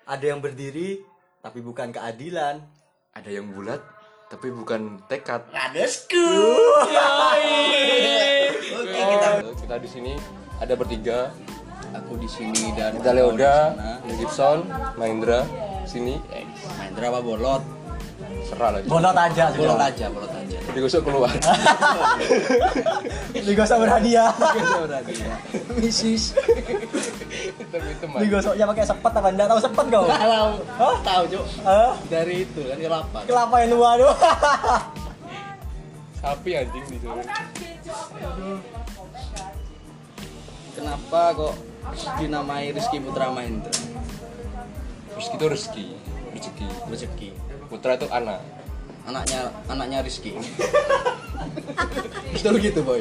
Ada yang berdiri tapi bukan keadilan. Ada yang bulat tapi bukan tekad. Radesku. Oke, Kita di sini ada bertiga. aku di sini dan Kita Leoda, Gibson, Mahendra, sini. Mahendra apa bolot? Serah lagi. Bolot aja. Bolot aja. Digosok keluar. Digosok berhadiah. Misis. Teman. Digosoknya pakai sepet apa enggak tahu sepet kau? Tahu, Cuk. Hah? Dari itu kan kelapa. Kelapa yang luar tuh. Sapi anjing disuruh. Kenapa kok dinamai Rizky Putra Mahendra? Rezeki itu rezeki. Putra itu anak. Anaknya Rizky. Betul gitu, Boy.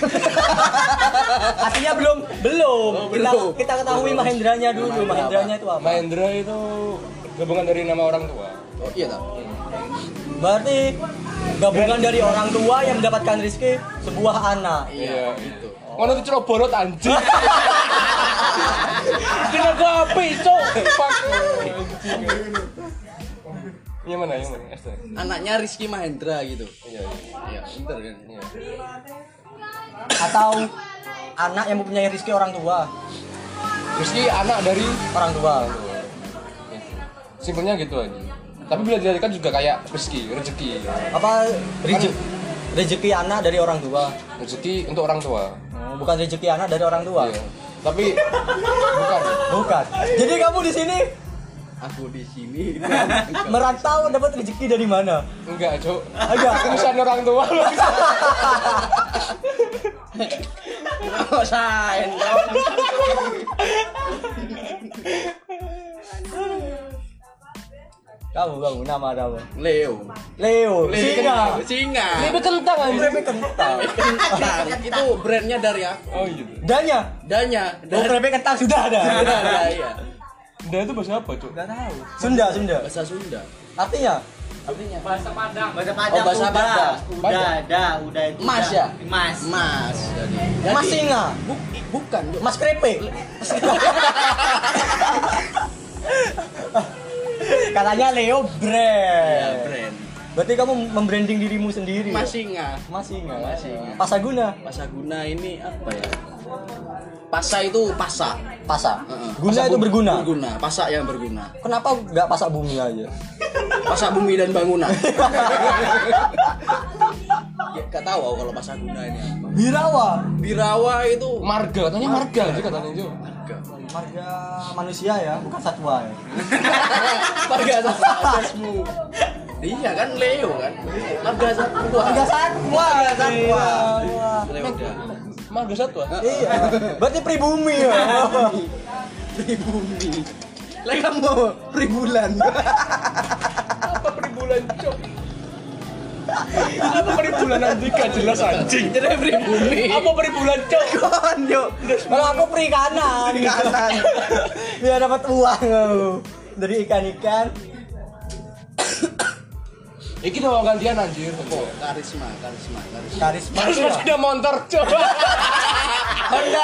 Artinya belum. Kita ketahui Mahendranya dulu. Mahendranya itu apa? Mahendra itu gabungan dari nama orang tua. Oh iya tak? Berarti gabungan dari orang tua yang mendapatkan rezeki sebuah anak. Iya, itu. Ngono tuh curo borot anjing. Kena kopi, cuk. Fuck. Yang mana? Anaknya Rizky Mahendra gitu. Iya. Iya, bener kan? Iya. Atau anak yang mempunyai rezeki orang tua. Rizky anak dari Orang tua. simpelnya gitu aja. Tapi bila dijadikan juga kayak rezeki. Apa rezeki anak dari orang tua? Rezeki untuk orang tua. Bukan rezeki anak dari orang tua. Iya. Tapi Bukan. Jadi kamu di sini Aku di sini. merantau dapat rezeki dari mana? enggak, Cuk. Enggak. Urusan orang tua lu. Oh, sain. Kamu nama apa? Leo. Singa. Ini kentang anjing. Krepek kentang. Kentang. Itu brandnya dari aku. Oh gitu. Danya. Dari Krepek kentang sudah ada. iya. Dan itu bahasa apa, Cuk? Enggak tahu. Sunda. Bahasa Sunda. Artinya Bahasa Padang Oh, bahasa Padang. udah itu Mas udah. ya? Mas Jadi Mas Singa. bukan, Cuk. Mas Krepek. Katanya Leo brand. Iya, brand. Berarti kamu membranding dirimu sendiri. Mas Ya? Singa. Mas Singa. Mas Singa. Pasaguna. Pasaguna ini apa ya? Pasa itu pasa. Pasa. Heeh. Guna itu berguna. Berguna, pasa yang berguna. Kenapa nggak pasak bumi aja? Pasa bumi dan bangunan. Ya, gak tahu aku kalau pasa guna ini apa. Birawa Itu Marga, katanya marga sih katanya, Cuk. marga manusia ya, bukan satwa ya. marga asasmu. Iya kan Leo kan. Marga satwa. Marga satwa. Leoda. Marga satwa. Iya. Berarti pribumi ya. Pribumi. Lah kamu pribulan. Apa peribulan, Cuk? Apa peribulan anjing gak jelas anjing. Jadi pribumi. Apa peribulan, Cuk? Kon yo. Kalau aku perikanan. Biar dapat uang aku. Dari ikan-ikan. Iki udah mau gantian anjir. Karisma. Karisma. Harus sudah motor, Cuk. Honda.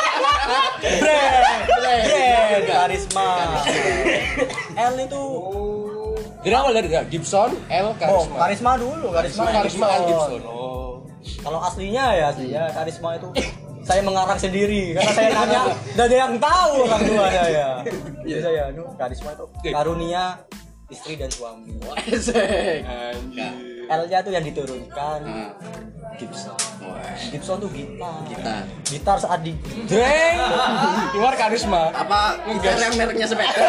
Brand. Karisma. L itu. Jadi awal dari Gibson, L, Oh, Karisma. karisma dulu. Karisma Karisma Gibson. Oh. Kalau aslinya karisma itu saya mengarang sendiri karena saya nanya dan ada yang tahu orang tua saya. Jadi saya karisma itu karunia istri dan suami. Esek. Anjir. L-nya tuh yang diturunkan. Gibson. Gibson tuh gitar. Gitar saat di jreng Keluar Karisma. Apa gitar yang mereknya sepeda?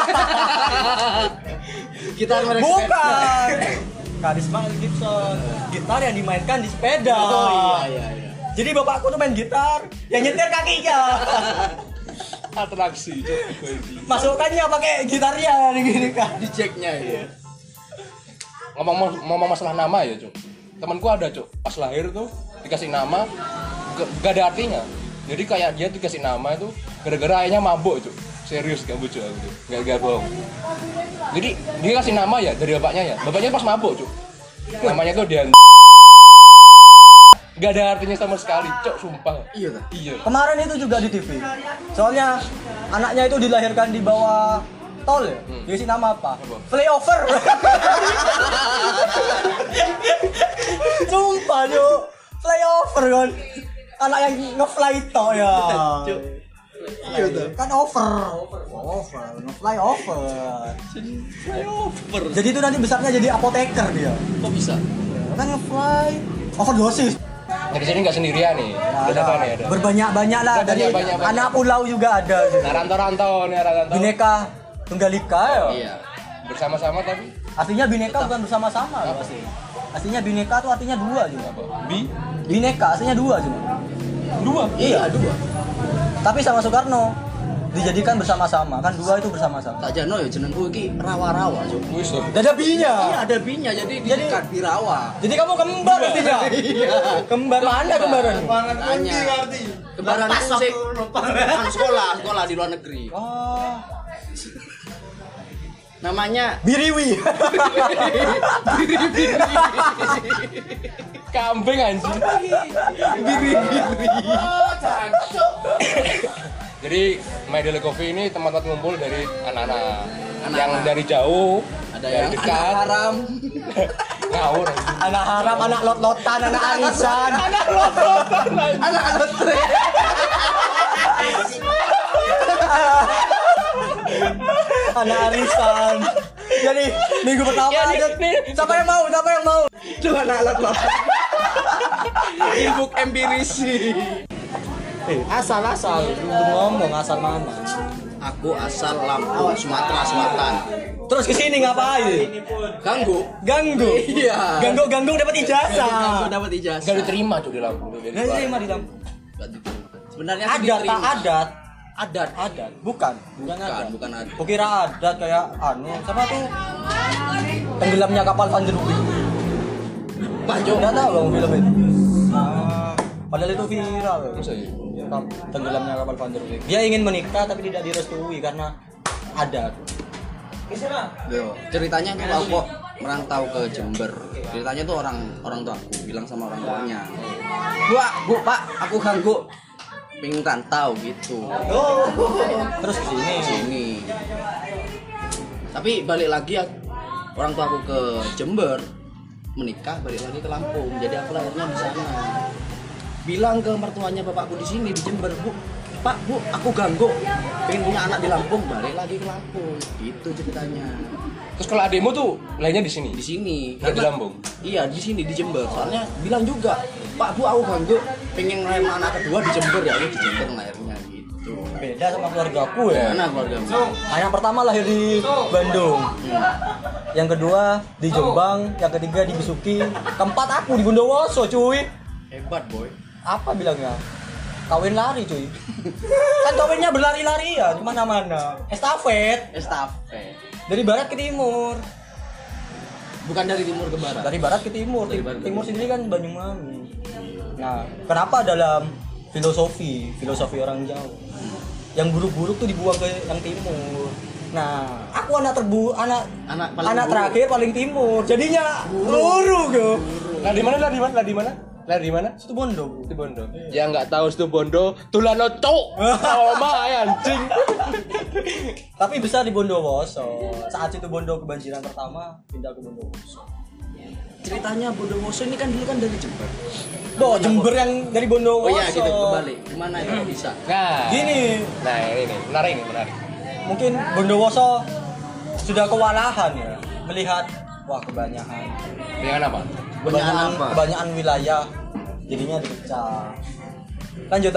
Gitar merek sepeda. bukan. Karisma Gibson. Gitar yang dimainkan di sepeda. Oh iya. Jadi bapakku tuh main gitar, yang nyetir kakinya. Atraksi, Cuk. Masukannya pakai gitarnya gini kan. Di jacknya ya. Ngomong masalah nama ya, Cuk. Temanku ada, Cuk. Pas lahir tuh dikasih nama gak ada artinya. Jadi kayak dia dikasih nama itu gara-gara ayahnya mabuk, Cuk. Serius gak lucu aku tuh. Gak bohong. Jadi dia kasih nama ya dari bapaknya ya. Bapaknya pas mabuk, Cuk. Namanya tuh dia gak ada artinya sama sekali, Cuk, sumpah. Iya tak? Iya. Kemarin itu juga di TV. Soalnya anaknya itu dilahirkan di bawah tol ya. Dikasih nama apa? Flyover. Sumpah, Cuk. Flyover kan. Anak yang nge-fly toh ya. Iya tuh. Kan over, flyover. Jadi itu nanti besarnya jadi apoteker dia. Kok bisa? Kan nge-fly overdosis. Nah, di sini nggak sendirian nih. Ada apa nih? Ada. Berbanyak-banyak lah dari Banyak. anak pulau juga ada. Nah, rantau-rantau nih, rantau. Bineka Tunggal Ika ya. Iya. Bersama-sama tapi Artinya bineka bukan bersama-sama loh pasti. Aslinya bineka tuh artinya dua juga. Bineka aslinya dua juga. Iya, dua. Tapi sama Soekarno dijadikan bersama-sama. Kan dua itu bersama-sama. Tak jano ya jenengku iki rawa-rawa, Cuk. wis. Ada binya. Iya, ada binya jadi diikat di rawa. Jadi kamu kembar artinya. Iya. Kembar mana kembaran? Tanya. Kembaran itu sih kan sekolah di luar negeri. Oh, Namanya Biriwi. Kambing anjing. Jadi My Daily Coffee ini tempat ngumpul dari anak-anak yang dari jauh, ada dari yang dekat, anak haram. ngawur anjing. Anak haram, anak lot-lotan, anak arisan. Anak lotre. Anak arisan. Jadi minggu pertama Ya, aja. nih. Siapa yang mau? Itu anak lotre. Ilmu empiris. Asal. Belum ngomong asal mana. Aku asal Lampung, Sumatera Selatan. Terus kesini ngapain? Ganggu. Iya. Ganggu dapat ijazah. Ganggu dapat ijazah. Gak diterima tuh di Lampung tuh. Nggak diterima di Lampung. Nggak diterima. Sebenarnya sih Adat, diterima. adat. Adat. Bukan adat. Bukan adat. Kukira adat kayak siapa tuh? Tenggelamnya kapal Van der Wijk. Pak Jo. Enggak tahu dong film itu. Padahal itu viral. Masa ya? Tenggelamnya kapal Van der Wijk. Dia ingin menikah tapi tidak direstui karena adat. Yo, ceritanya tuh aku kok merantau ke Jember. Ceritanya tuh orang tua aku bilang sama orang tuanya. Bu, Pak, aku ganggu. Pengen rantau gitu. Terus Sini. Tapi balik lagi orang tua aku ke Jember, menikah balik lagi ke Lampung. Jadi aku lahirnya di sana. Bilang ke mertuanya bapakku di sini di Jember, Bu, Pak, Bu, aku ganggu. Pengen punya anak di Lampung, balik lagi ke Lampung. Gitu ceritanya. Terus kalau adekmu tuh lainnya di sini. Di sini. Nggak di Lampung? Iya, di sini di Jember. Soalnya bilang juga, Pak, Bu, aku ganggu. Pengen ngelahirin anak kedua di Jember ya, aku di Jember lahirnya gitu. beda sama keluargaku ya. Mana keluarga? Yang pertama lahir di Bandung. Yang kedua di Jombang, yang ketiga di Besuki, keempat aku di Bondowoso, cuy. Hebat, boy. Apa bilangnya? Kawin lari, cuy. Kan kawinnya berlari-larian kemana-mana. Estafet dari barat ke timur. Bukan dari timur ke barat. Dari barat ke timur. Dari barat ke Timur sendiri kan Banyuwangi. Nah, kenapa dalam filosofi orang Jawa yang buruk-buruk tuh dibuang ke yang timur. Nah, aku anak terakhir paling timur. Jadinya luru go. Lah di mana? Lahir di mana? Situ Bondo. Situ Bondo. Ya enggak tahu Situ Bondo, tulano cuk. Oma anjing. Tapi besar di Bondowoso. Saat Situ Bondo kebanjiran pertama, pindah ke Bondowoso. Ceritanya Bondowoso ini kan dulu kan dari Jember. Jember yang dari Bondowoso. Oh iya gitu, kebalik. Gimana itu bisa? Nah, Gini, nah ini menarik. mungkin Bondowoso sudah kewalahan ya melihat kebanyakan Dengan apa? kebanyakan wilayah jadinya dipecah. Lanjut.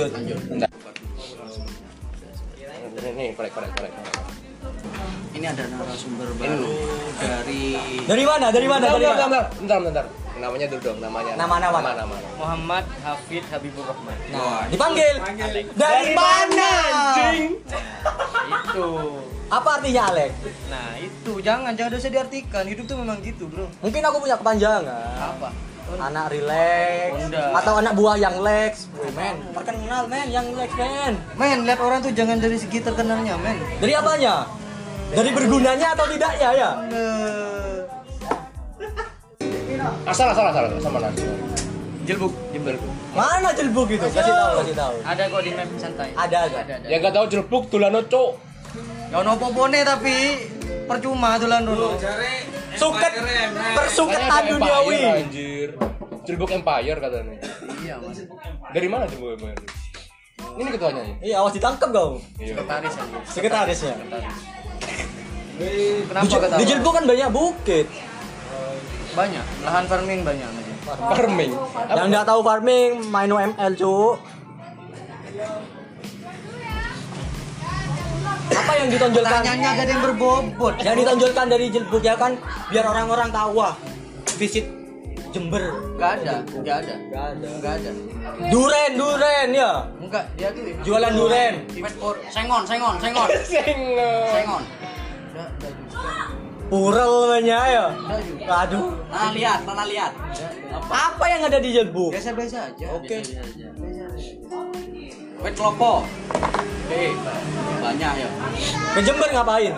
Ini korek. Ini ada narasumber baru Dari mana? Bentar. Namanya dulu dong, namanya. Nama. Muhammad Hafid Habibur Rahman. Nah, dipanggil. Dari mana? Anjing. Itu. Apa artinya Alex? Nah, itu jangan dosa diartikan. Hidup tuh memang gitu, Bro. Mungkin aku punya kepanjangan. Apa? Anak relax Honda. atau anak buah yang lex. Men, terkenal men yang lex men. Men, lihat orang tuh jangan dari segi terkenalnya, men. Dari apanya? Dari bergunanya atau tidaknya ya? Asal mana? Jelbuk, Jember. Mana jelbuk itu? Kasih tahu. Ada kok di map santai. Ada. Ya enggak tahu jelbuk tulano cuk. Ya ono popone tapi percuma dolan rono. Suket persuketan Katanya ada duniawi. Empire, anjir. Cirebuk Empire katanya. Iya mas. Dari mana Cirebuk Empire? Ini ketuanya ya? Iya, awas ditangkap kau. Iya. Sekretaris aja. Sekretarisnya. Kenapa kata? Di Jelbo kan banyak bukit. Banyak, lahan farming banyak aja. Farming. Yang nggak tahu farming main UML, Cuk. Apa yang ditonjolkan? Tanyanya gak ada yang berbobot. Yang ditonjolkan dari Jelbuk ya kan biar orang-orang tahu wah visit Jember. Gak ada. Nggak ada. Duren ya. Enggak, dia tuh Jualan duren. Westport. Sengon. Sengon. Purel namanya ya. Aduh. Tanah liat. Apa yang ada di Jelbuk? Biasa-biasa aja. Oke. Wet klopo. Oke, banyak ya. Ke Jember ngapain?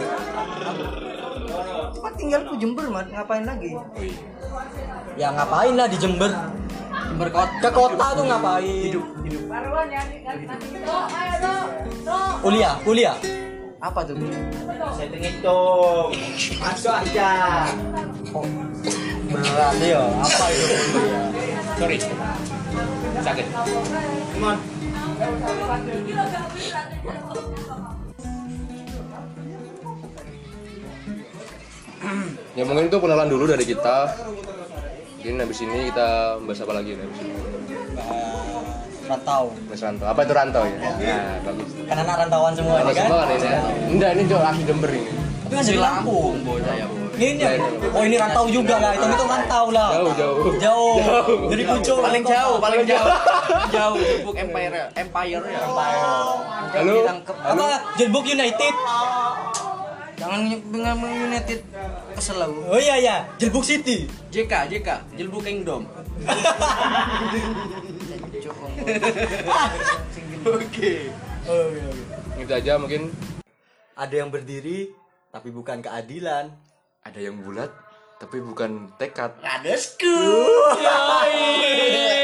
Apa tinggal ku Jember, Mat? Ngapain lagi? Ya ngapain lah di Jember. Jember kot. Ke kota tuh ngapain? Hidup. Kuliah. Apa tuh? Setting itu. Masuk aja. Oh, beneran ya? Apa itu kuliah? Sorry. Sakit. Come on. Ya mungkin itu kenalan dulu dari kita. Mungkin habis ini kita bahas apa lagi nih habis ini? Rantau. Mas Rantau. Apa itu rantau ya? Ya, bagus. Kan anak rantauan semua Kalau ini kan? semua kan ini ya. Enggak, ini jauh asli Jember ini. Tapi kan dari Lampung. Bocah ya, Boy. Ini ya. Oh ini rantau juga lah. Itu rantau lah. Jauh. Dari Pucuk. Paling jauh. Jauh Jebuk Empire ya. Halo. Ditangkep. Apa? Jelbuk United. Jangan dengan United kesel aku. Oh iya. Jelbuk City. JK. Jelbuk Kingdom. Oke. Oh iya. Itu aja mungkin. Ada yang berdiri tapi bukan keadilan. Ada yang bulat tapi bukan tekad. Ada school. Yoi.